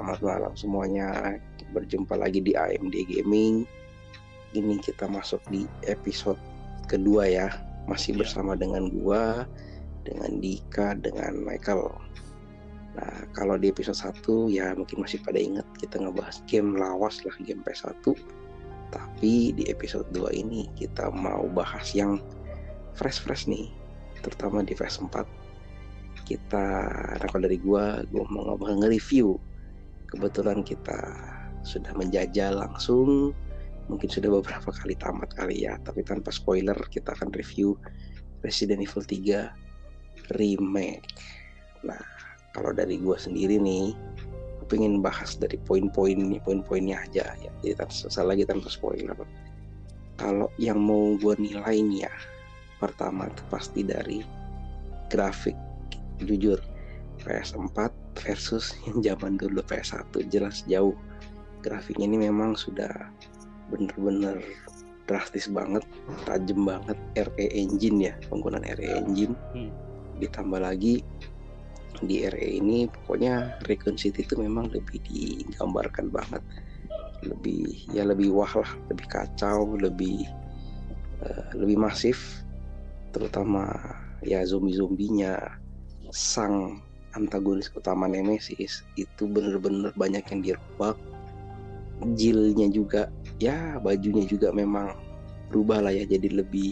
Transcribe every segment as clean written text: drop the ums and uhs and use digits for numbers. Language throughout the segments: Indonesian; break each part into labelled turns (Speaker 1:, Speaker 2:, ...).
Speaker 1: Selamat malam semuanya. Berjumpa lagi di AMD Gaming. Ini kita masuk di episode kedua ya. Masih bersama dengan gua, dengan Dika, dengan Michael. Nah, kalau di episode 1 ya mungkin masih pada ingat kita ngebahas game lawas lah, game PS1. Tapi di episode 2 ini kita mau bahas yang fresh nih, terutama di PS4. Kalau dari gua mau nge-review. Kebetulan kita sudah menjajal langsung, mungkin sudah beberapa kali tamat kali ya, tapi tanpa spoiler kita akan review Resident Evil 3 Remake. Nah, kalau dari gue sendiri nih, gue pengen bahas dari poin-poinnya aja ya, jadi tanpa spoiler. Kalau yang mau gue nilai nih ya, pertama itu pasti dari grafik. Jujur, PS4 versus yang zaman dulu PS1 jelas jauh. Grafiknya ini memang sudah bener-bener drastis banget, tajam banget. RE Engine ya, penggunaan RE Engine. Ditambah lagi di RE ini pokoknya Raccoon City itu memang lebih digambarkan banget, lebih wah lah, lebih kacau, lebih masif, terutama ya zombie-zombinya. Sang antagonis utama Nemesis itu bener-bener banyak yang dirubah. Jilnya juga ya, bajunya juga memang berubah lah ya, jadi lebih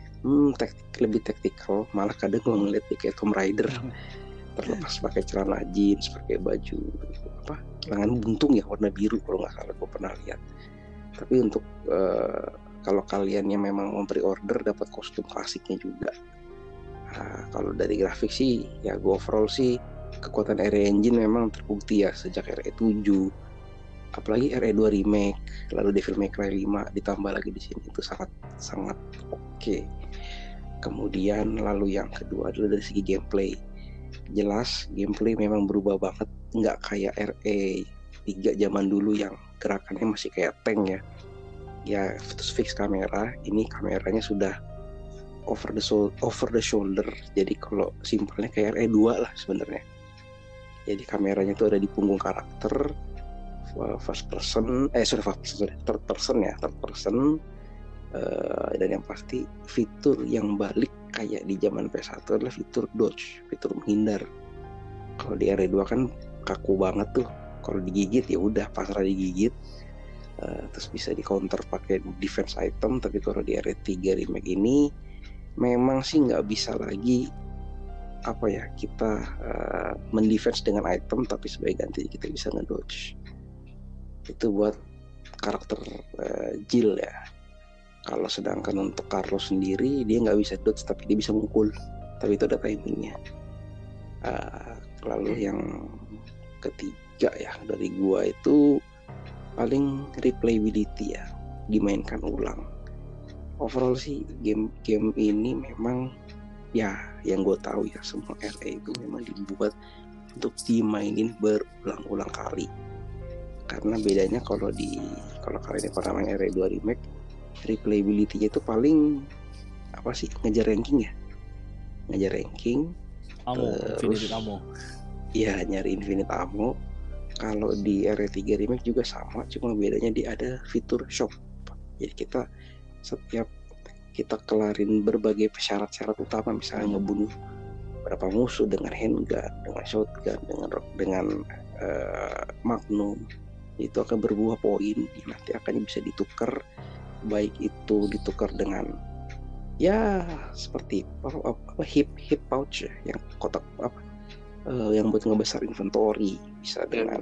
Speaker 1: taktikal. Malah kadang gue ngeliat kayak Tomb Raider, terlepas pakai celana jeans, pakai baju lengan buntung ya warna biru kalau nggak salah, gue pernah lihat. Tapi untuk kalau kalian yang memang memberi order dapat kostum klasiknya juga. Nah, kalau dari grafik sih ya gue overall sih kekuatan RE Engine memang terbukti ya sejak RE7, apalagi RE2 Remake, lalu Devil May Cry 5 ditambah lagi di sini, itu sangat oke. Kemudian lalu yang kedua adalah dari segi gameplay. Jelas gameplay memang berubah banget, nggak kayak RE3 zaman dulu yang gerakannya masih kayak tank ya. Ya terus fix kamera, ini kameranya sudah over the shoulder. Jadi kalau simpelnya kayak RE2 lah sebenarnya. Jadi kameranya itu ada di punggung karakter, third person. Dan yang pasti fitur yang balik kayak di zaman PS1 adalah fitur dodge, fitur menghindar. Kalau di RE2 kan kaku banget tuh, kalau digigit ya udah pasrah digigit. Terus bisa di counter pakai defense item. Tapi kalau di RE3 Remake ini memang sih nggak bisa lagi kita mendefense dengan item, tapi sebagai ganti kita bisa ngedodge. Itu buat karakter Jill ya. Kalau sedangkan untuk Carlos sendiri dia nggak bisa dodge, tapi dia bisa mukul, tapi itu ada timingnya. Lalu yang ketiga ya dari gua itu paling replayability ya, dimainkan ulang. Overall sih game ini memang ya yang gue tahu ya, semua RE itu memang dibuat untuk dimainin berulang-ulang kali. Karena bedanya kalau kalian yang pernah main RE2 Remake, replayability-nya itu paling ngejar ranking ya,
Speaker 2: infinite ammo.
Speaker 1: Iya, nyari infinite ammo. Kalau di RE3 Remake juga sama, cuma bedanya dia ada fitur shop. Jadi setiap kita kelarin berbagai syarat-syarat utama, misalnya ngebunuh berapa musuh dengan handgun, dengan shotgun, dengan magnum, itu akan berbuah poin. Nanti akan bisa ditukar, baik itu ditukar dengan ya seperti hip pouch ya, yang kotak yang buat ngebesar inventory, bisa dengan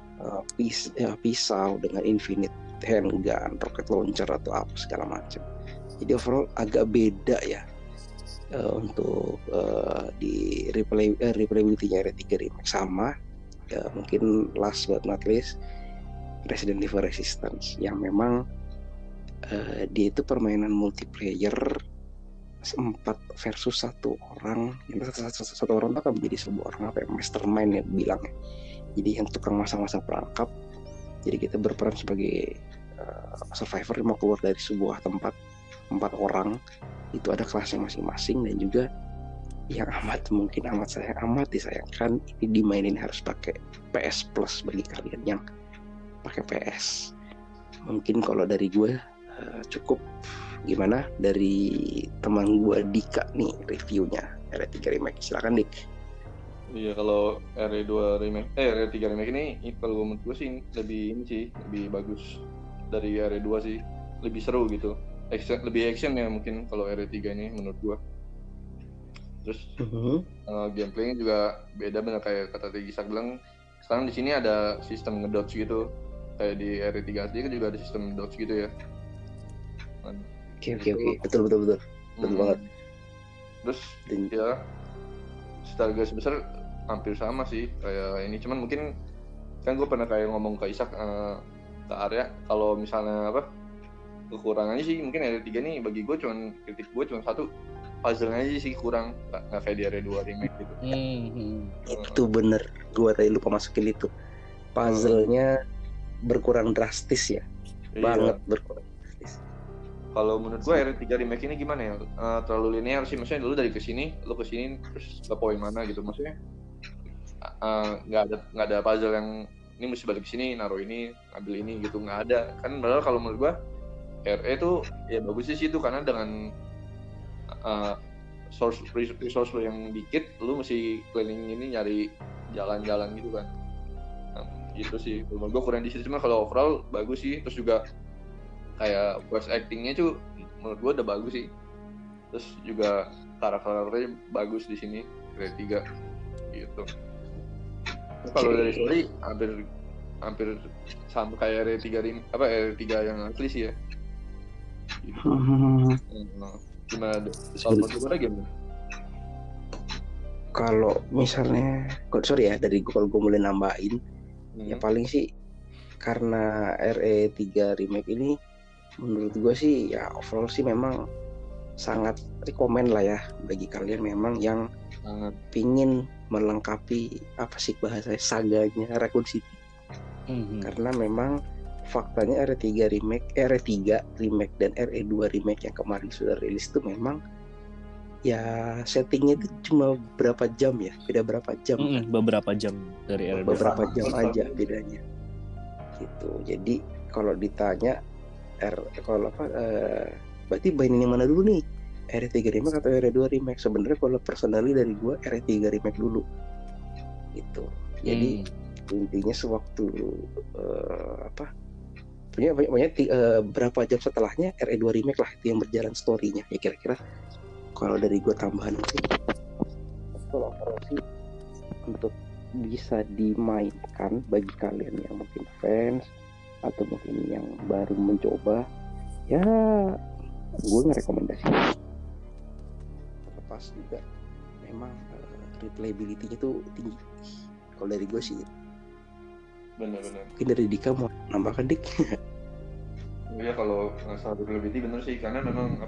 Speaker 1: pisau, dengan infinite handgun, rocket launcher atau apa segala macam. Jadi overall agak beda ya untuk di replayability-nya RE3 Remake. Sama mungkin last but not least Resident Evil Resistance, yang memang dia itu permainan multiplayer 4 versus 1 orang. Satu orang akan menjadi sebuah orang mastermind ya bilangnya. Jadi yang tukang masang-masang perangkap. Jadi kita berperan sebagai survivor yang mau keluar dari sebuah tempat. 4 orang itu ada kelasnya masing-masing, dan juga yang amat sayang amat disayangkan ini dimainin harus pakai PS Plus bagi kalian yang pakai PS. Mungkin kalau dari gue cukup. Gimana dari teman gue Dika nih reviewnya RE3 Remake, silakan Dik.
Speaker 2: Iya, kalau RE2 remake RE3 remake ini kalau menurut gue sih lebih bagus dari RE2 sih, lebih seru gitu, lebih action ya mungkin kalau RE3 ini menurut gue. Terus gameplaynya juga beda, bener kayak kata Tigisa bilang. Sekarang di sini ada sistem ngedodge gitu, kayak di RE3 asli kan juga ada sistem dodge gitu ya.
Speaker 1: Oke, betul banget.
Speaker 2: Terus ya secara garis besar hampir sama sih kayak ini, cuman mungkin kan gue pernah kayak ngomong ke Isak ke Arya kalau misalnya kekurangannya sih mungkin RE3 nih bagi gue kritik gue cuma satu, puzzle-nya aja sih kurang, nggak kayak di RE2 remake gitu.
Speaker 1: Itu bener, gue tadi lupa masukin itu, puzzle-nya berkurang drastis ya. Banget berkurang drastis.
Speaker 2: Kalau menurut gue RE3 remake ini gimana ya, terlalu linear sih, maksudnya dulu dari kesini terus ke poin mana gitu, maksudnya nggak ada puzzle yang ini mesti balik ke sini, naruh ini, ambil ini gitu, nggak ada kan. Padahal kalau menurut gue RE tuh ya bagus sih itu, karena dengan resource lo yang dikit, lo mesti keliling ini nyari jalan-jalan gitu kan. Gitu sih menurut gue kurang di situ, cuma kalau overall bagus sih. Terus juga kayak voice actingnya tuh menurut gue udah bagus sih. Terus juga karakternya bagus di sini RE3 gitu. Kalau dari story hampir sama kayak RE3 yang asli sih ya. Gitu. Gimana kalau menurut gue gimana?
Speaker 1: Kalau misalnya sorry ya, dari gue kalau gue mulai nambahin ya paling sih karena RE3 remake ini menurut gue sih ya overall sih memang sangat rekomen lah ya bagi kalian memang yang pingin melengkapi apa sih bahasa saganya Raccoon City. Karena memang faktanya RE3 remake dan RE2 remake yang kemarin sudah rilis itu memang ya settingnya itu cuma berapa jam ya, beda berapa jam kan?
Speaker 3: Beberapa jam dari RE2.
Speaker 1: Beberapa jam aja bedanya gitu. Jadi kalau ditanya berarti mainin yang mana dulu nih, RE3 remake atau RE2 remake? Sebenarnya kalau personally dari gue RE3 remake dulu gitu. Jadi intinya sewaktu berapa jam setelahnya RE2 remake lah itu yang berjalan story-nya ya kira-kira. Kalau dari gue tambahan sih kalau sih untuk bisa dimainkan bagi kalian yang mungkin fans atau mungkin yang baru mencoba, ya gue ngerekomendasikan. Lepas juga memang replayability-nya tuh tinggi. Kalau dari gue sih.
Speaker 2: Benar.
Speaker 1: Mungkin dari Dika mau nambahkan Dik?
Speaker 2: Iya, kalau masalah replayability bener sih, karena memang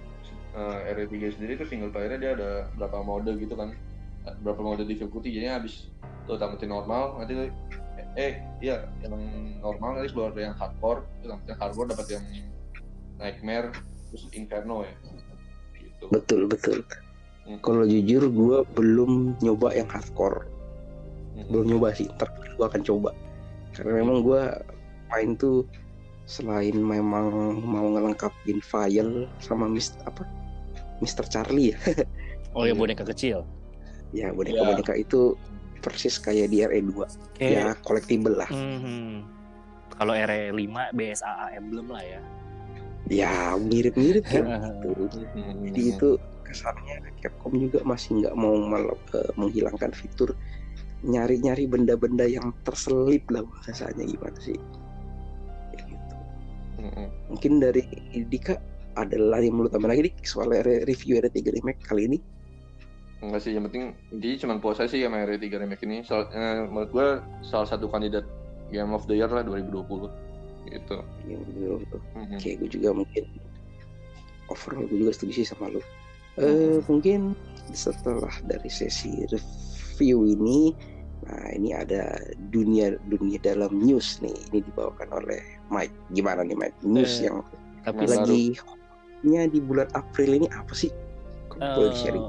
Speaker 2: RE3 sendiri tuh single player-nya dia ada berapa mode gitu kan, berapa mode difficulty. Jadi habis lo tamutin normal, nanti yang normal nanti keluar yang hardcore, yang hardcore dapat yang nightmare, terus inferno ya gitu.
Speaker 1: Betul. Kalau jujur gue belum nyoba yang hardcore, belum nyoba sih, ntar gue akan coba karena memang gue main tuh selain memang mau ngelengkapin file sama Mr. Charlie ya.
Speaker 3: Oh ya, boneka kecil.
Speaker 1: Ya boneka itu persis kayak di RE2. Ya collectible lah.
Speaker 3: Kalau RE5 BSAA emblem lah ya.
Speaker 1: Ya mirip-mirip kan gitu. Jadi itu kesannya Capcom juga masih nggak mau menghilangkan fitur nyari-nyari benda-benda yang terselip lah bahasanya, gimana sih ya gitu. Mungkin dari Dika ada lagi yang mau tambah lagi Dik soal review RE3 remake kali ini?
Speaker 2: Enggak sih, yang penting intinya cuma puas aja sih sama RE3 remake ini. Menurut gue salah satu kandidat Game of the Year lah 2020 gitu.
Speaker 1: Oke, gue juga mungkin overall gue juga setuju sih sama lu. Mungkin setelah dari sesi review ini, nah ini ada dunia dalam news nih, ini dibawakan oleh Mike. Gimana nih Mike, news yang tapi lagi di bulan April ini apa sih? Boleh di-sharing?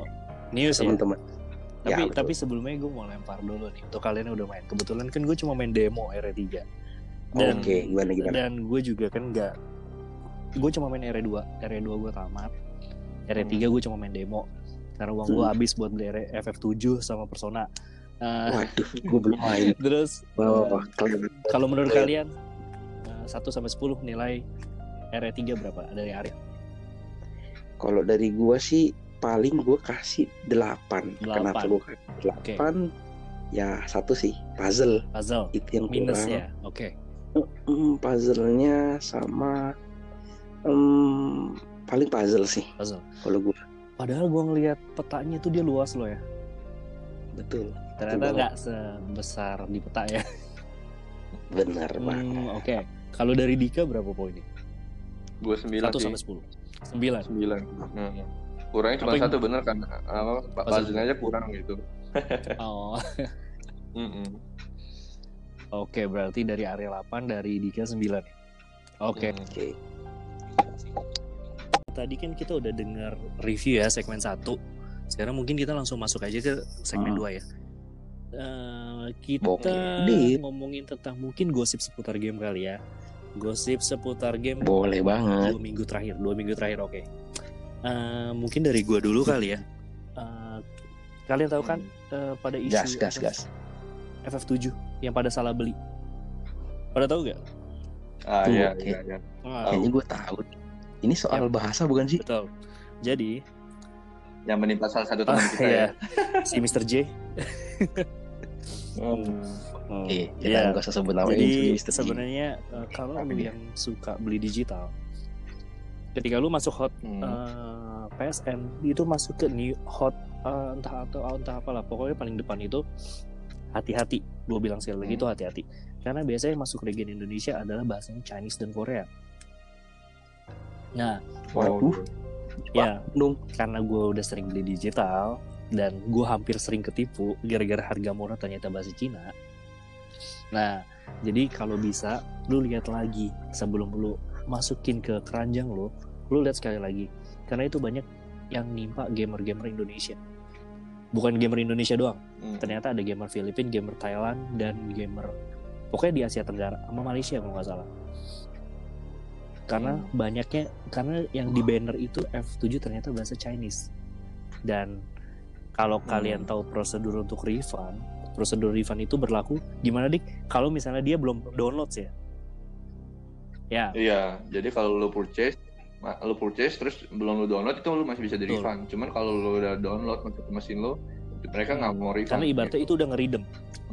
Speaker 3: News ya.
Speaker 1: teman-teman. Ya, betul.
Speaker 3: Tapi sebelumnya gue mau lempar dulu nih untuk kalian yang udah main. Kebetulan kan gue cuma main demo RE3.
Speaker 1: Oke, gimana?
Speaker 3: Dan gue juga kan gue cuma main RE2 gue tamat. RE3 gue cuma main demo karena uang gue habis buat beli FF7 sama Persona.
Speaker 1: Waduh, gue belum main.
Speaker 3: Terus kalau menurut kalian 1 sampai 10 nilai RE3 berapa dari Arya?
Speaker 1: Kalau dari gue sih paling gue kasih 8. Kenapa gue kasih 8? Okay. Ya satu sih puzzle. Itu yang
Speaker 3: minus ya. Oke.
Speaker 1: Puzzle-nya sama paling puzzle sih. Kalau gue.
Speaker 3: Padahal gue ngelihat petanya tuh dia luas loh ya.
Speaker 1: Betul.
Speaker 3: Ternyata nggak sebesar di peta ya.
Speaker 1: Benar banget.
Speaker 3: Oke. Kalau dari Dika berapa poinnya?
Speaker 2: Gue 9
Speaker 3: 1 sampai 10.
Speaker 2: 9. Kurangnya cuma satu, bener kan? Puzzle-nya aja kurang gitu.
Speaker 3: Oh. Oke, berarti dari area 8, dari Dika 9. Oke. Tadi kan kita udah dengar review ya segmen 1. Sekarang mungkin kita langsung masuk aja ke segmen 2 ya. Kita ngomongin tentang mungkin gosip seputar game kali ya. Gosip seputar game.
Speaker 1: Boleh banget.
Speaker 3: 2 minggu terakhir, oke. Mungkin dari gua dulu kali ya. Kalian tahu kan pada isu
Speaker 1: gas.
Speaker 3: FF7 yang pada salah beli. Pada tahu gak?
Speaker 2: Iya.
Speaker 1: Kayaknya gue tahu. Ini soal bahasa bukan sih?
Speaker 3: Betul. Jadi
Speaker 2: yang menimpa salah satu teman kita ya.
Speaker 3: Si Mr. J.
Speaker 1: Kita nggak usah sebut namanya.
Speaker 3: Jadi sebenarnya kalau lu yang suka beli digital, ketika lu masuk hot PSN itu masuk ke new hot entah apalah, pokoknya paling depan itu hati-hati. Gue bilang sekali lagi itu hati-hati, karena biasanya yang masuk region Indonesia adalah bahasanya Chinese dan Korea. Nah, karena gue udah sering beli digital dan gue hampir sering ketipu gara-gara harga murah ternyata bahasa Cina. Nah, jadi kalau bisa lu lihat lagi sebelum lu masukin ke keranjang lu lihat sekali lagi, karena itu banyak yang nimpa gamer-gamer Indonesia. Bukan gamer Indonesia doang, ternyata ada gamer Filipina, gamer Thailand, dan gamer pokoknya di Asia Tenggara sama Malaysia kalau nggak salah. Karena karena yang di banner itu F7 ternyata bahasa Chinese. Dan kalau kalian tahu prosedur untuk refund, prosedur refund itu berlaku gimana Dik? Kalau misalnya dia belum download ya.
Speaker 2: Iya, jadi kalau lu purchase terus belum lu download itu lu masih bisa di refund. Cuman kalau lu udah download masuk ke mesin lu, mereka nggak mau refund.
Speaker 3: Karena ibaratnya itu udah ngeridem.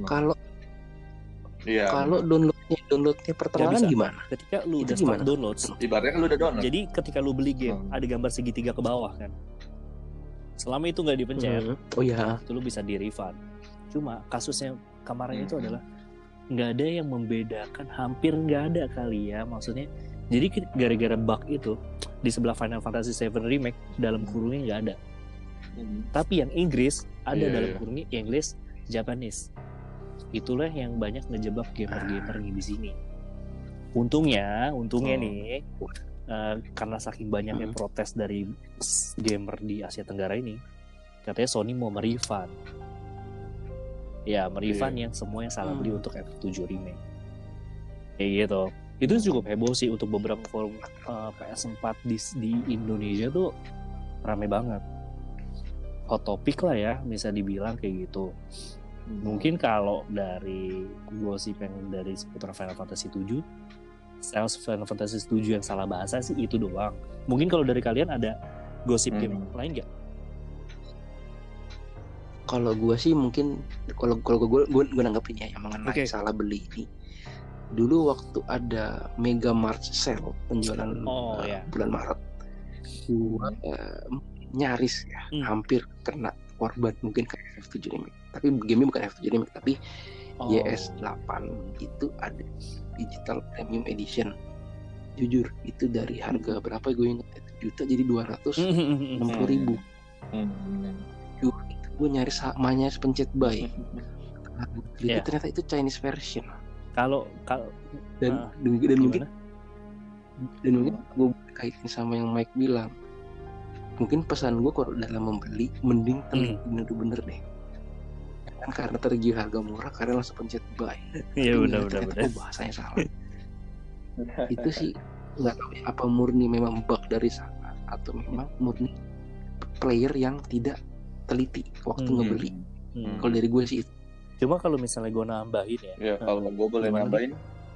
Speaker 1: Kalau downloadnya pertengahan gimana?
Speaker 3: Ketika lu udah start download,
Speaker 2: ibaratnya kan lu udah download.
Speaker 3: Jadi ketika lu beli game ada gambar segitiga ke bawah kan. Selama itu nggak dipencet, itu lu bisa di refund. Cuma kasusnya kemarin itu adalah nggak ada yang membedakan, hampir nggak ada kali ya maksudnya. Jadi gara-gara bug itu di sebelah Final Fantasy VII Remake dalam kurungnya nggak ada. Tapi yang Inggris ada dalam kurungnya English, Japanese. Itulah yang banyak ngejebak gamer-gamer di sini. Untungnya nih karena saking banyaknya protes dari gamer di Asia Tenggara ini, katanya Sony mau merefund. Ya, merefund yang semua yang salah beli untuk F7 Remake. Kayak gitu. Itu cukup heboh sih untuk beberapa forum PS4 di Indonesia tuh rame banget. Hot topic lah ya, bisa dibilang kayak gitu. Mungkin kalau dari gosip yang dari seputar Final Fantasy 7, sales Final Fantasy 7 yang salah bahasa sih itu doang. Mungkin kalau dari kalian ada gosip game lain nggak?
Speaker 1: Kalau gue sih mungkin kalau gue nanggepinnya yang mengenai salah beli ini. Dulu waktu ada Mega March Sale penjualan bulan Maret, gue nyaris ya hampir kena korban mungkin ke F7 Remake. Tapi gamenya bukan F7 Remake, tapi YS8 itu ada digital premium edition. Jujur itu dari harga berapa gue ingat 1 juta jadi 260.000. Gue nyari samanya pencet buy. Ternyata itu Chinese version. Dan mungkin gue kaitin sama yang Mike bilang, mungkin pesan gue kalau dalam membeli mending bener-bener deh, kan karena tergiur harga murah karena langsung pencet buy.
Speaker 3: Iya benar.
Speaker 1: Bahasanya salah. Itu sih nggak tahu ya, apa murni memang bug dari sana atau memang murni player yang tidak teliti waktu ngebeli. Kalau dari gue sih itu.
Speaker 3: Cuma kalau misalnya gue nambahin
Speaker 2: ya kalau gue boleh nambahin,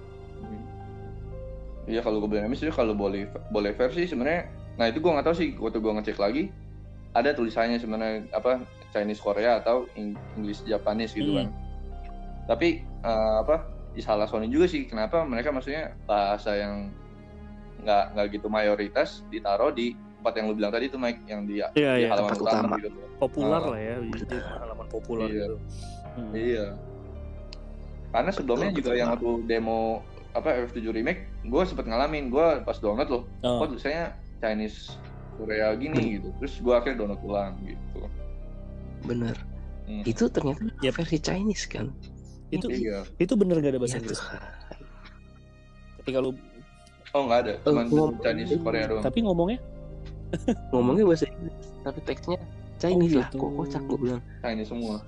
Speaker 2: iya kalau gue boleh nambahin sih, kalau boleh versi sebenarnya. Nah itu gue nggak tahu sih, waktu gue ngecek lagi ada tulisannya sebenarnya apa Chinese Korea atau English Japanese gitu kan. Tapi salah Sony juga sih, kenapa mereka maksudnya bahasa yang nggak gitu mayoritas ditaruh di tempat yang lu bilang tadi tuh Mike, yang di halaman utama gitu.
Speaker 3: Populer lah ya, di halaman populer gitu.
Speaker 2: Iya. Karena sebelumnya juga yang waktu demo FF7 Remake, gue sempet ngalamin, gue pas download loh, kok tulisannya Chinese Korea gini gitu. Terus gue akhirnya download ulang gitu.
Speaker 1: Bener. Itu ternyata versi Chinese kan.
Speaker 3: Itu bener gak ada bahasa Inggris. Ketika lu
Speaker 2: nggak ada, cuma Chinese Korea doang.
Speaker 3: Tapi ngomongnya
Speaker 1: bahasa Inggris, tapi teksnya Chinese lah. Kok kocak gue bilang.
Speaker 2: Chinese semua.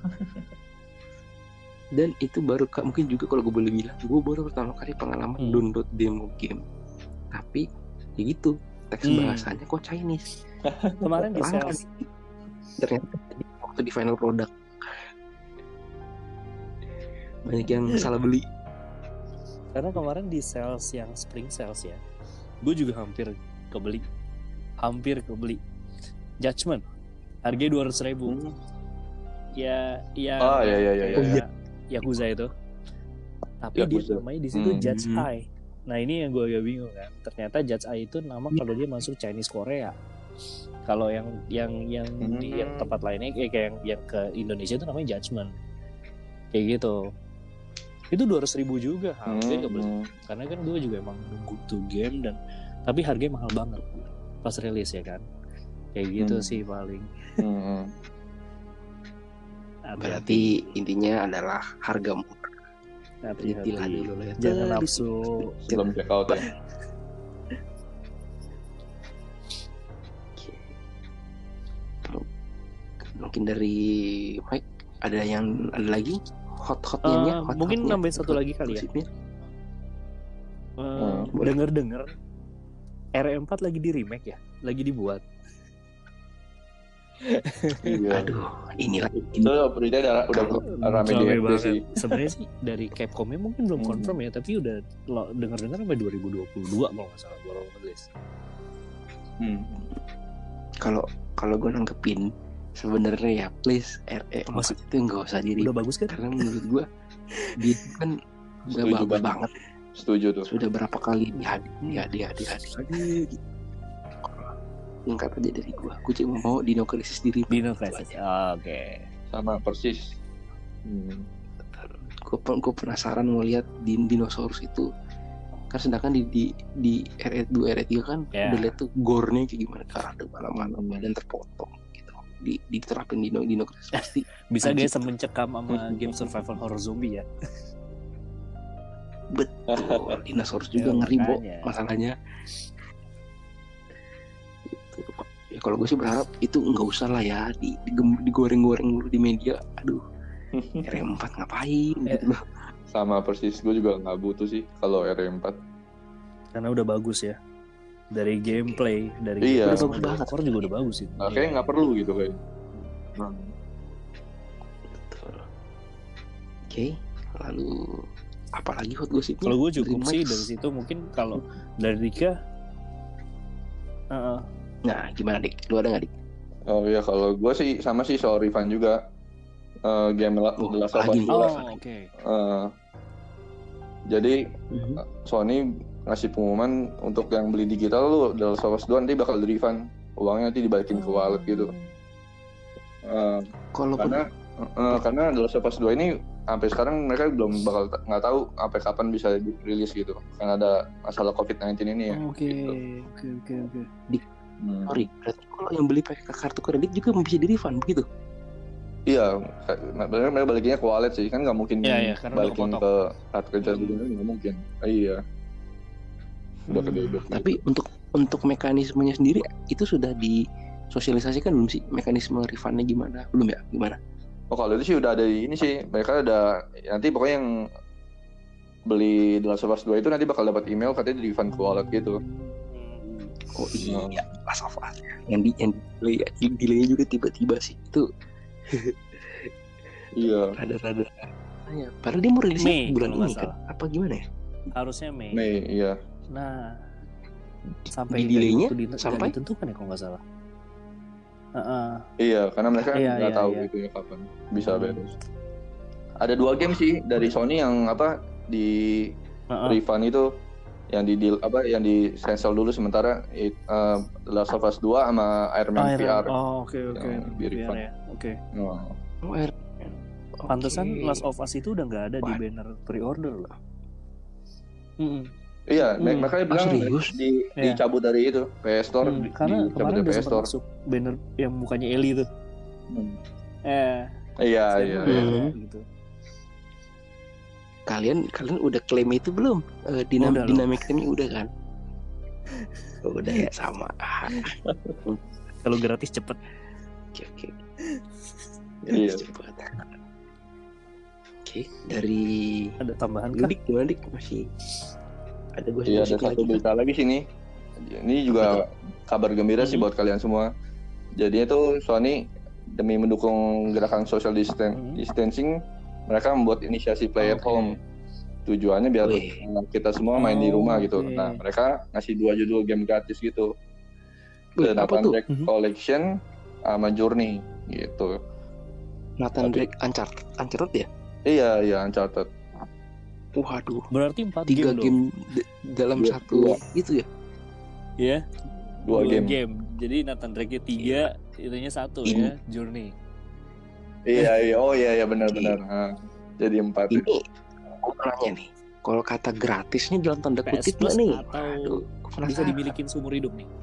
Speaker 1: Dan itu baru mungkin juga kalau gue boleh bilang, gue baru pertama kali pengalaman download demo game. Tapi ya gitu, teks bahasanya kok Chinese.
Speaker 3: Kemarin di sales.
Speaker 1: Ternyata waktu di final product banyak yang salah beli.
Speaker 3: Karena kemarin di sales yang spring sales ya, gue juga hampir kebeli. Judgment harganya 200.000. Ya. Yakuza itu. Tapi dia namanya di situ Judge Eye. Nah ini yang gue agak bingung kan. Ternyata Judge Eye itu nama kalau dia masuk Chinese Korea. Kalau yang tempat lainnya kayak yang ke Indonesia itu namanya Judgment. Kayak gitu. Itu 200.000 juga hampir kebeli. Karena kan gue juga emang nunggu tuh game tapi harganya mahal banget pas rilis ya kan. Kayak gitu sih paling.
Speaker 1: Berarti intinya adalah harga murah.
Speaker 3: Hati-hati dulu ya. Jangan nafsu
Speaker 2: sebelum check out ya.
Speaker 1: Mungkin dari Mike ada lagi hot-hotnya
Speaker 3: mungkin nambahin satu lagi kali ya. Dengar RE4 lagi di remake ya, lagi dibuat.
Speaker 2: Iya.
Speaker 1: Aduh, inilah
Speaker 2: itu berita udah rame di FB sih.
Speaker 3: Sebenarnya sih dari Capcom-nya mungkin belum confirm ya, tapi udah dengar sampai 2022 kalau nggak salah baru rilis.
Speaker 1: Kalau gue nanggepin sebenarnya ya please RE4 itu nggak usah diri.
Speaker 3: Udah bagus kan?
Speaker 1: Karena menurut gue dia kan udah bagus banget.
Speaker 2: Setuju tuh.
Speaker 1: Sudah berapa kali dihadir gitu. Ingkat aja dari gue cuma mau Dino Crisis diri.
Speaker 3: Dino Crisis. Oke.
Speaker 2: Sama persis.
Speaker 1: Gue penasaran mau lihat dinosaurus itu. Kan sedangkan di RE2 RE3 kan udah lihat tuh gore-nya kayak gimana, ada mana-mana badan terpotong gitu. Diterapin Dino Crisis pasti
Speaker 3: bisa guys mencekam sama game survival horror zombie ya.
Speaker 1: Betul. Dinosaurus juga ngeri masalahnya. Ya, kalau gue sih berharap itu nggak usah lah ya digoreng-goreng dulu di media. Aduh, RE4 ngapain gitu.
Speaker 2: Sama persis, gue juga nggak butuh sih kalau RE4
Speaker 3: karena udah bagus ya dari gameplay, dari
Speaker 1: udah bagus banget.
Speaker 3: Core juga udah bagus sih.
Speaker 2: Kayaknya nggak perlu gitu kayak.
Speaker 1: Oke, lalu apalagi hot gosip?
Speaker 3: Kalau gue cukup sih dari situ. Mungkin kalau dari Dika,
Speaker 1: nah gimana Dik? Lu ada nggak Dik?
Speaker 2: Oh iya, kalau gue sih sama sih soal refund juga. Game The Last of Us.
Speaker 3: Oke.
Speaker 2: Jadi Sony ngasih pengumuman untuk yang beli digital lu The Last of Us 2 nanti bakal di refund, uangnya nanti dibalikin ke wallet gitu. Karena The Last of Us 2 ini sampai sekarang mereka belum nggak tahu sampai kapan bisa dirilis gitu, karena ada masalah COVID-19 ini ya.
Speaker 3: Oke.
Speaker 1: Sorry, berarti kalau yang beli pakai kartu kredit juga bisa di refund begitu?
Speaker 2: Iya, mereka balikinnya ke wallet sih, kan nggak mungkin balikin ke kartu kredit gitu, nggak mungkin. Iya. Udah
Speaker 1: Tapi untuk mekanismenya sendiri itu sudah sosialisasikan belum sih mekanisme refundnya gimana? Belum ya? Gimana?
Speaker 2: Oh kalau itu sih udah ada ini sih, mereka ada nanti pokoknya yang beli The Last of Us 2 itu nanti bakal dapat email katanya di refund ke wallet gitu.
Speaker 1: Oh iya, Last of Us yang delay juga tiba-tiba sih itu.
Speaker 2: Iya.
Speaker 1: Rada-rada. Ya, padahal dia mau rilisnya bulan ini kan? Apa gimana ya?
Speaker 3: Harusnya Mei.
Speaker 2: Iya.
Speaker 3: Nah, sampai
Speaker 1: delaynya
Speaker 3: sampai ditentukan ya kalau nggak salah.
Speaker 2: Iya, karena mereka nggak tahu gitu ya kapan bisa beres. Ada 2 game sih dari Sony yang di refund itu yang di cancel dulu sementara The Last of Us 2 sama Iron Man VR.
Speaker 3: Oh, oke.
Speaker 2: Di refund.
Speaker 3: Ya. Oke. Pantesan Last of Us itu udah nggak ada di banner pre-order loh.
Speaker 2: Iya, makanya bilang dicabut dari itu PS Store.
Speaker 3: Karena kemarin udah sempat masuk banner yang mukanya Ellie itu.
Speaker 2: Iya.
Speaker 3: Gitu.
Speaker 1: Kalian udah klaim itu belum? Dinamiknya udah kan? Udah ya sama.
Speaker 3: Kalau gratis cepet.
Speaker 1: Oke.
Speaker 2: Iya.
Speaker 1: Cepet. Oke, dari
Speaker 3: ada tambahan kan?
Speaker 1: Dik masih ada gue
Speaker 2: ada satu berita lagi sini. Ini juga kabar gembira sih buat kalian semua. Jadinya tuh Sony demi mendukung gerakan social distancing, mereka membuat inisiasi play at home. Tujuannya biar kita semua main di rumah gitu. Nah, mereka ngasih 2 judul game gratis gitu. The Nathan Drake Collection sama Journey gitu.
Speaker 1: Nathan Drake Uncharted ya?
Speaker 2: Iya, Uncharted.
Speaker 1: Waduh.
Speaker 3: Berarti 4
Speaker 1: game dalam satu itu ya?
Speaker 3: Iya.
Speaker 2: 2 game.
Speaker 3: Jadi Nathan Drake 3, itunya 1 ya, Journey.
Speaker 2: Iya. Oh iya benar-benar. Jadi 4
Speaker 1: ini. Aku nanya nih, kalau kata gratis nih dalam tanda kutip nggak nih?
Speaker 3: Atau bisa dimilikin seumur hidup nih?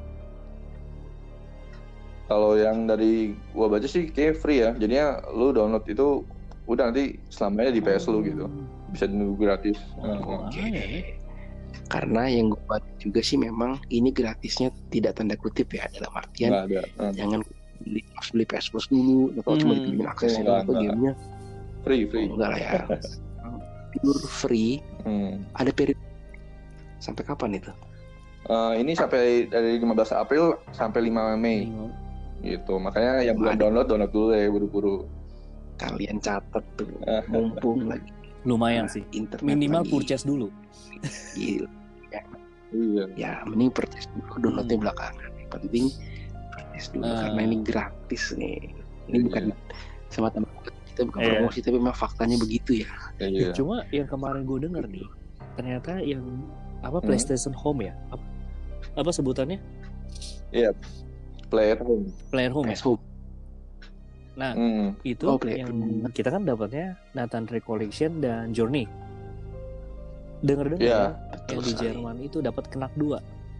Speaker 2: Kalau yang dari gua baca sih kayak free ya. Jadinya lu download itu udah nanti selamanya di PS lu gitu. Bisa dinunggu gratis.
Speaker 1: Oke. Karena yang gue baca juga sih memang ini gratisnya tidak tanda kutip ya, dalam artian jangan beli PS Plus dulu atau cuma dipilih aksesnya atau gamenya
Speaker 2: free.
Speaker 1: Enggak lah ya. Pure free. Ada periode sampai kapan itu?
Speaker 2: Ini sampai dari 15 April sampai 5 Mei. Gitu. Makanya yang belum download dulu ya buru-buru.
Speaker 1: Kalian catat tuh, mumpung lagi.
Speaker 3: Lumayan sih. Minimal lagi. Purchase dulu.
Speaker 1: Gila.
Speaker 2: Iya.
Speaker 1: Ya, mending purchase dulu, downloadnya belakangan. Yang penting purchase dulu karena ini gratis nih. Ini bukan semata-mata kita bukan promosi, tapi memang faktanya begitu ya.
Speaker 3: Cuma yang kemarin gue denger nih, ternyata yang PlayStation Home ya? Apa sebutannya?
Speaker 2: Iya. Player Home
Speaker 3: ya? Nah, itu yang kita kan dapatnya Nathan Drake Collection dan Journey. Dengar yang di Jerman itu dapat Knack 2.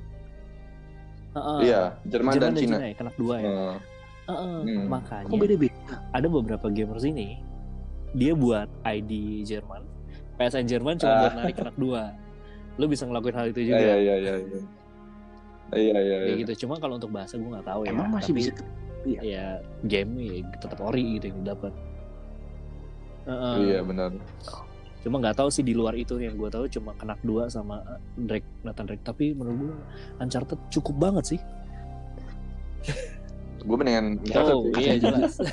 Speaker 2: Iya, Jerman dan Cina
Speaker 3: ya, Knack 2 ya. Makanya ada beberapa gamers ini dia buat ID Jerman, PSN Jerman cuma buat narik Knack 2. Lo bisa ngelakuin hal itu juga. Iya. Gitu. Cuma kalau untuk bahasa gue nggak tahu ya.
Speaker 1: Emang masih bisa
Speaker 3: ya game ya tetap ori gitu yang dapat.
Speaker 2: Iya benar.
Speaker 3: Cuma nggak tahu sih di luar itu, yang gue tahu cuma Knack 2 sama Nathan Drake. Tapi menurut gue Uncharted cukup banget sih.
Speaker 2: Gue mendingan
Speaker 3: iya jelas.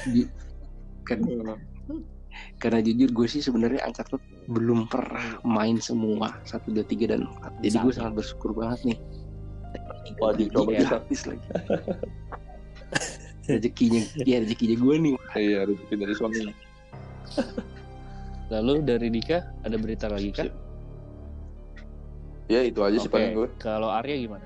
Speaker 1: Karena jujur gue sih sebenarnya Uncharted belum pernah main semua 1, 2, 3 dan 4. Jadi gue sangat bersyukur banget nih.
Speaker 2: Wajib coba
Speaker 1: gratis lagi. rezekinya gue nih.
Speaker 2: Iya, rezeki dari suami.
Speaker 3: Lalu dari Dika ada berita lagi kah?
Speaker 2: Ya itu aja sih paling gue.
Speaker 3: Kalau Arya gimana?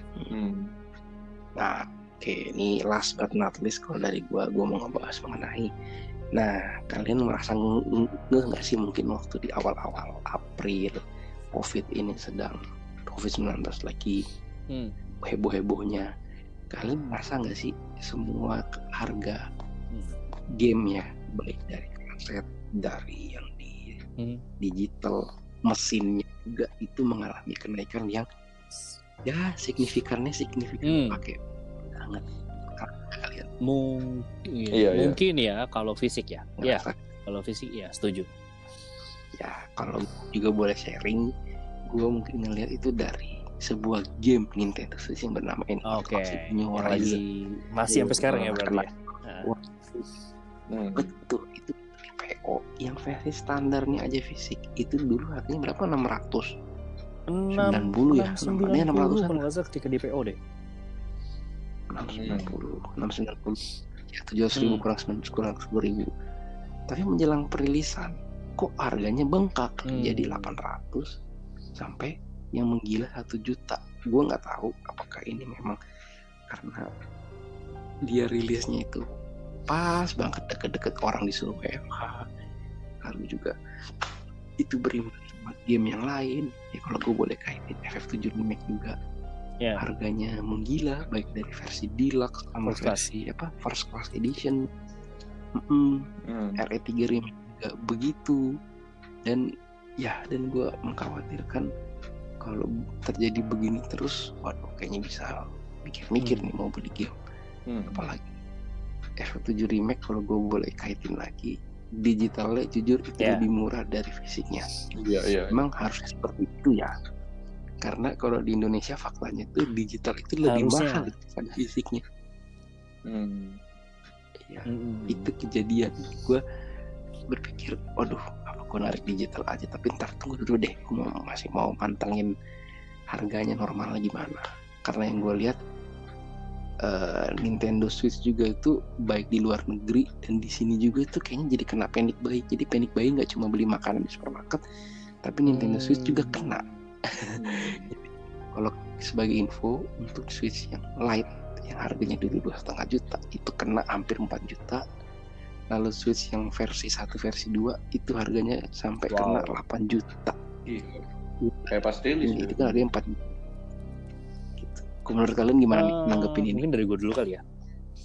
Speaker 1: Nah, ini last but not least kalau dari gue mau ngebahas mengenai. Nah, kalian merasa nggak sih mungkin waktu di awal-awal April COVID ini sedang COVID-19 lagi heboh-hebohnya, kalian merasa nggak sih semua harga game ya, baik dari aset, dari yang di digital, mesinnya juga itu mengalami kenaikan yang ya signifikan pakai banget.
Speaker 3: Mungkin ya kalau fisik ya. Ya, kalau fisik ya setuju.
Speaker 1: Ya, kalau juga boleh sharing, gue mungkin ngelihat itu dari sebuah game Nintendo Switch yang bernama Animal Crossing New Horizons.
Speaker 3: Masih sampai sekarang ya berarti ya.
Speaker 1: Betul, itu PO yang versi standarnya aja fisik itu dulu harganya berapa? 690 ya?
Speaker 3: 690 kalau nggak salah ketika di PO deh.
Speaker 1: 690 ya, 700.000 kurang 10.000. Tapi menjelang perilisan kok harganya bengkak jadi 800 sampai yang menggila 1 juta. Gue nggak tahu apakah ini memang karena dia rilisnya itu pas banget deket-deket orang disuruh WFH, lalu juga itu berimbas sama game yang lain ya. Kalau gue boleh kaitin FF7 Remake juga harganya menggila, baik dari versi deluxe sama versi first class edition. RE3 Remake juga begitu. Dan gue mengkhawatirkan kalau terjadi begini terus, waduh kayaknya bisa mikir-mikir nih mau beli game. Apalagi FF7 Remake kalau gue boleh kaitin lagi, digitalnya jujur itu lebih murah dari fisiknya. Memang harusnya seperti itu ya. Karena kalau di Indonesia faktanya itu digital itu lebih mahal daripada fisiknya. Itu kejadian. Gue berpikir, waduh, apa gue narik digital aja, tapi ntar tunggu dulu deh, gue masih mau pantengin harganya normalnya gimana. Karena yang gue lihat Nintendo Switch juga itu baik di luar negeri dan di sini juga itu kayaknya jadi kena panic buy. Jadi panic buy nggak cuma beli makanan di supermarket, tapi Nintendo Switch juga kena. Kalau sebagai info, untuk Switch yang Lite yang harganya dulu 2,5 juta itu kena hampir 4 juta. Lalu Switch yang versi 1 versi 2 itu harganya sampai kena 8 juta.
Speaker 2: Kayak pas rilis
Speaker 1: itu kan harganya 4 juta. Menurut kalian gimana nih nanggepin ini?
Speaker 3: Mungkin dari gue dulu kali ya.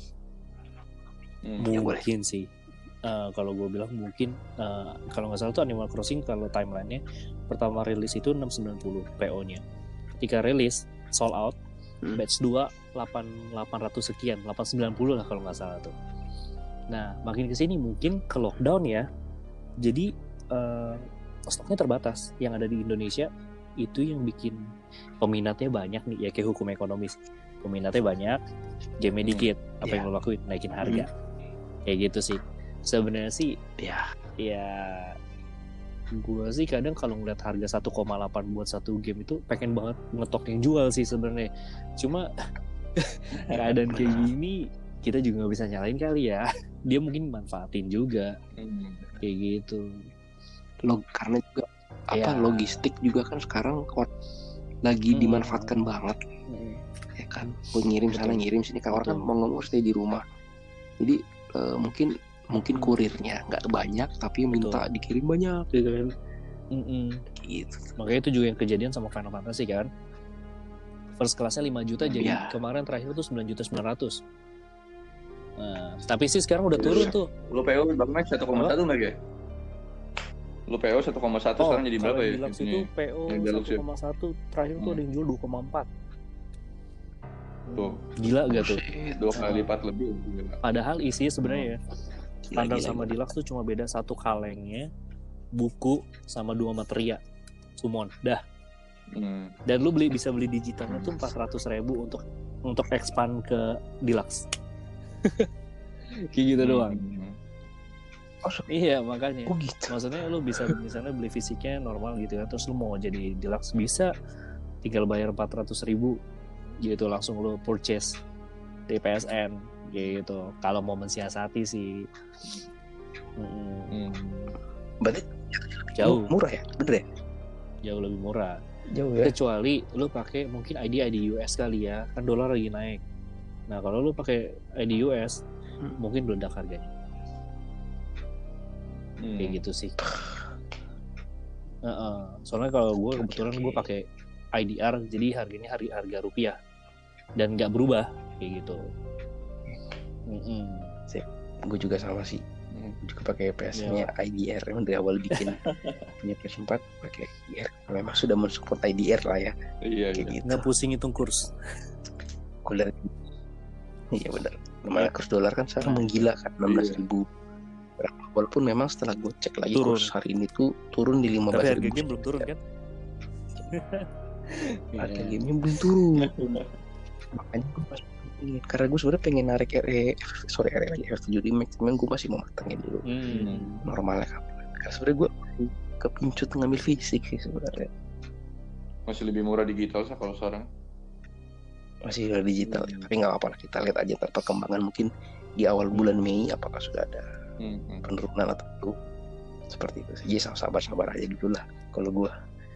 Speaker 3: Mungkin sih. Kalau gue bilang mungkin kalau nggak salah tuh Animal Crossing kalau timelinenya pertama rilis itu 690 PO-nya. Ketika rilis sold out, batch 2 800 sekian, 890 lah kalau nggak salah tuh. Nah makin kesini mungkin ke lockdown ya. Jadi stoknya terbatas. Yang ada di Indonesia itu yang bikin peminatnya banyak nih, ya kayak hukum ekonomis, peminatnya banyak, game dikit, apa yang lo lakuin? Naikin harga. Kayak gitu sih. Sebenarnya sih ya gue sih kadang kalau ngeliat harga 1,8 buat satu game itu pengen banget ngetok yang jual sih sebenarnya. Cuma keadaan kayak gini kita juga nggak bisa nyalain kali ya. Dia mungkin manfaatin juga kayak gitu.
Speaker 1: Karena juga logistik juga kan sekarang lagi dimanfaatkan banget. Ya kan, ngirim sana ngirim sini, kan orang kan mau ngomong stay di rumah. Jadi mungkin kurirnya nggak banyak tapi minta dikirim banyak gitu kan. Gitu.
Speaker 3: Makanya itu juga yang kejadian sama Final Fantasy kan. First class-nya 5 juta jadi kemarin terakhir tuh 9.900.000. Nah, tapi sih sekarang udah turun tuh.
Speaker 2: Lu PO berapa 1,1 enggak ya? Lu PO 1,1 sekarang jadi berapa ya?
Speaker 3: Deluxe itu PO 1,1 terakhir tuh ada yang jual 2,4.
Speaker 2: Tuh.
Speaker 3: Gila gak tuh?
Speaker 2: 2 kali lipat lebih.
Speaker 3: Padahal isinya sebenarnya standar sama Deluxe tuh cuma beda 1 kalengnya, buku sama 2 materia summon. Dah. Dan lu bisa beli digitalnya tuh 400.000 untuk expand ke Deluxe. Kayak gitu doang. Iya makanya.
Speaker 1: Gitu.
Speaker 3: Maksudnya lu bisa misalnya beli fisiknya normal gitu kan, terus lu mau jadi Deluxe bisa, tinggal bayar 400.000 gitu langsung lu purchase di PSN gitu. Kalau mau mensiasati sih.
Speaker 1: Berarti
Speaker 3: jauh
Speaker 1: murah ya, bener ya?
Speaker 3: Jauh lebih murah.
Speaker 1: Jauh ya.
Speaker 3: Kecuali lu pakai mungkin ID US kali ya, kan dolar lagi naik. Nah kalau lu pakai ID US mungkin meledak harganya. Kayak gitu sih. Soalnya kalau gue kebetulan gue pakai IDR, jadi harganya harga rupiah dan nggak berubah kayak gitu.
Speaker 1: Gue juga sama sih. Gue juga pakai PS-nya IDR. Emang dari awal bikin punya PS4 pakai IDR. Memang sudah mensupport IDR lah ya.
Speaker 2: Iya.
Speaker 3: Gitu. Nggak pusing hitung kurs.
Speaker 1: Iya benar. Namanya kurs dolar kan sekarang menggila kan 16.000. Walaupun memang setelah gue cek lagi kurs hari ini tuh turun di 15.000.
Speaker 3: Tapi harga game belum turun kan?
Speaker 1: Harga game belum turun. Makanya gue masih ingin, karena gue sebenarnya pengen narik RE lagi R7 Remake, cuman gue masih mau matangin dulu normalnya kapan. Karena sebenarnya gue kepincut ngambil fisik sih sebenarnya.
Speaker 2: Masih lebih murah digital sih kalau sekarang.
Speaker 1: Masih digital ya, tapi nggak apa-apa lah, kita lihat aja perkembangan mungkin di awal bulan Mei apakah sudah ada penurunan atau seperti itu. Jadi sabar aja gitu lah kalau gue.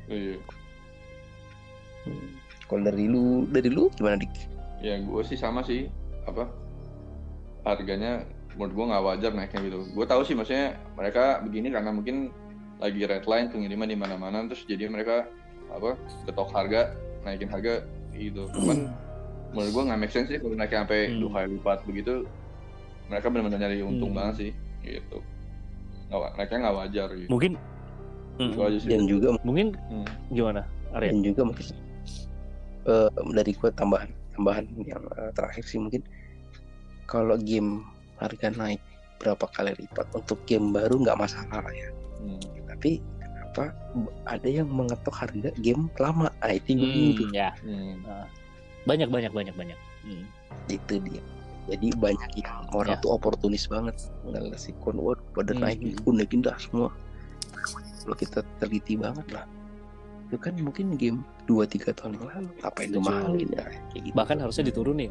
Speaker 1: Kalau dari lu gimana Dik?
Speaker 2: Ya gue sih sama sih, harganya menurut gue nggak wajar naiknya gitu. Gue tahu sih maksudnya mereka begini karena mungkin lagi redline pengiriman di mana-mana, terus jadi mereka ketok harga, naikin harga gitu. Cuman menurut gue nggak make sense sih kalau naiknya sampai 2 kali lipat begitu. Mereka benar-benar nyari untung banget sih gitu. Naiknya nggak wajar gitu.
Speaker 3: Mungkin
Speaker 1: dan juga
Speaker 3: mungkin gimana Arya?
Speaker 1: Dan juga mungkin dari gue tambahan yang terakhir sih, mungkin kalau game harga naik berapa kali lipat untuk game baru nggak masalah lah ya. Tapi kenapa ada yang mengetok harga game lama? Itu
Speaker 3: ya. Banyak.
Speaker 1: Itu dia. Jadi banyak yang orang tuh oportunis banget ngasih konword pada naikin dah semua. Kalau kita teliti banget lah, itu kan mungkin game 2-3 tahun yang lalu apa itu mahalin ya kayak gitu.
Speaker 3: Bahkan harusnya diturunin.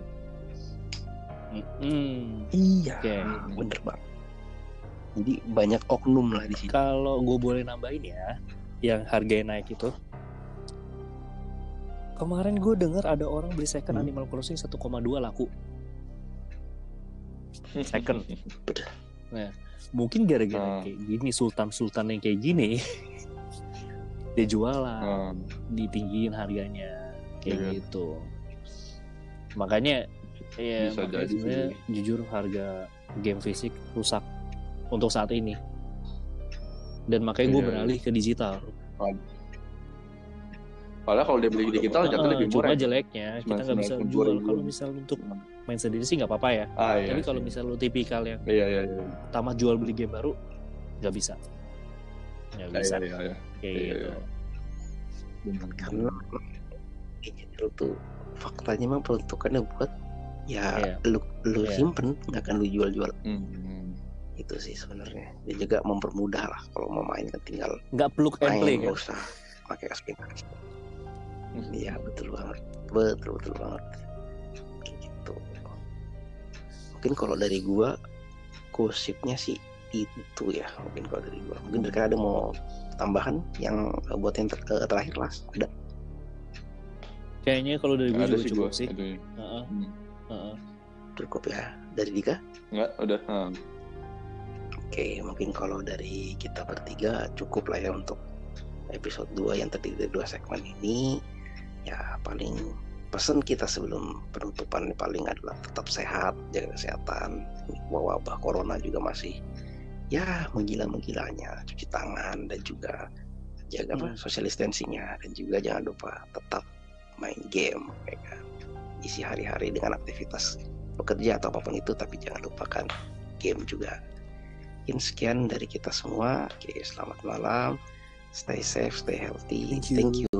Speaker 1: Iya, bener banget. Jadi banyak oknum lah di sini.
Speaker 3: Kalau gue boleh nambahin ya, yang harganya naik itu, kemarin gue dengar ada orang beli second Animal Crossing 1,2 laku. Second. Nah, mungkin gara-gara kayak gini, sultan yang kayak gini, dia jualan, ditinggiin harganya kayak gitu. Makanya sebenarnya jujur harga game fisik rusak untuk saat ini. Dan makanya gue beralih ke digital.
Speaker 2: Padahal kalau dia beli digital jatuh lebih murah.
Speaker 3: Cuma jeleknya kita nggak bisa jual. Kalau misal untuk main sendiri sih nggak apa-apa ya. Tapi kalau misal lu tipikal yang tamat jual beli game baru, nggak bisa. Nggak bisa. Kayak gitu.
Speaker 1: Karena itu tuh faktanya memang peruntukannya buat lu simpen, nggak akan lu jual-jual. Itu sih sebenarnya. Dia juga mempermudah lah kalau mau main kan tinggal
Speaker 3: nggak plug and play kan.
Speaker 1: Usah pakai aspirasi. Iya betul banget. Gitu. Mungkin kalau dari gua gosipnya sih itu ya. Mungkin kalau dari gua. Mungkin ada mau tambahan yang buat yang terakhir lah ada.
Speaker 3: Kayaknya kalau dari gua juga cukup sih.
Speaker 1: Cukup ya. Dari Dika?
Speaker 2: Enggak, udah.
Speaker 1: Oke, mungkin kalau dari kita bertiga cukup lah ya untuk episode 2 yang terdiri dari 2 segmen ini. Ya paling pesan kita sebelum penutupan paling adalah tetap sehat, jaga kesehatan. Wabah corona juga masih menggila-menggilanya, cuci tangan dan juga jaga social distancing-nya, dan juga jangan lupa tetap main game ya kan. Isi hari-hari dengan aktivitas bekerja atau apapun itu, tapi jangan lupakan game juga. Mungkin sekian dari kita semua. Oke, selamat malam. Stay safe, stay healthy. Thank you.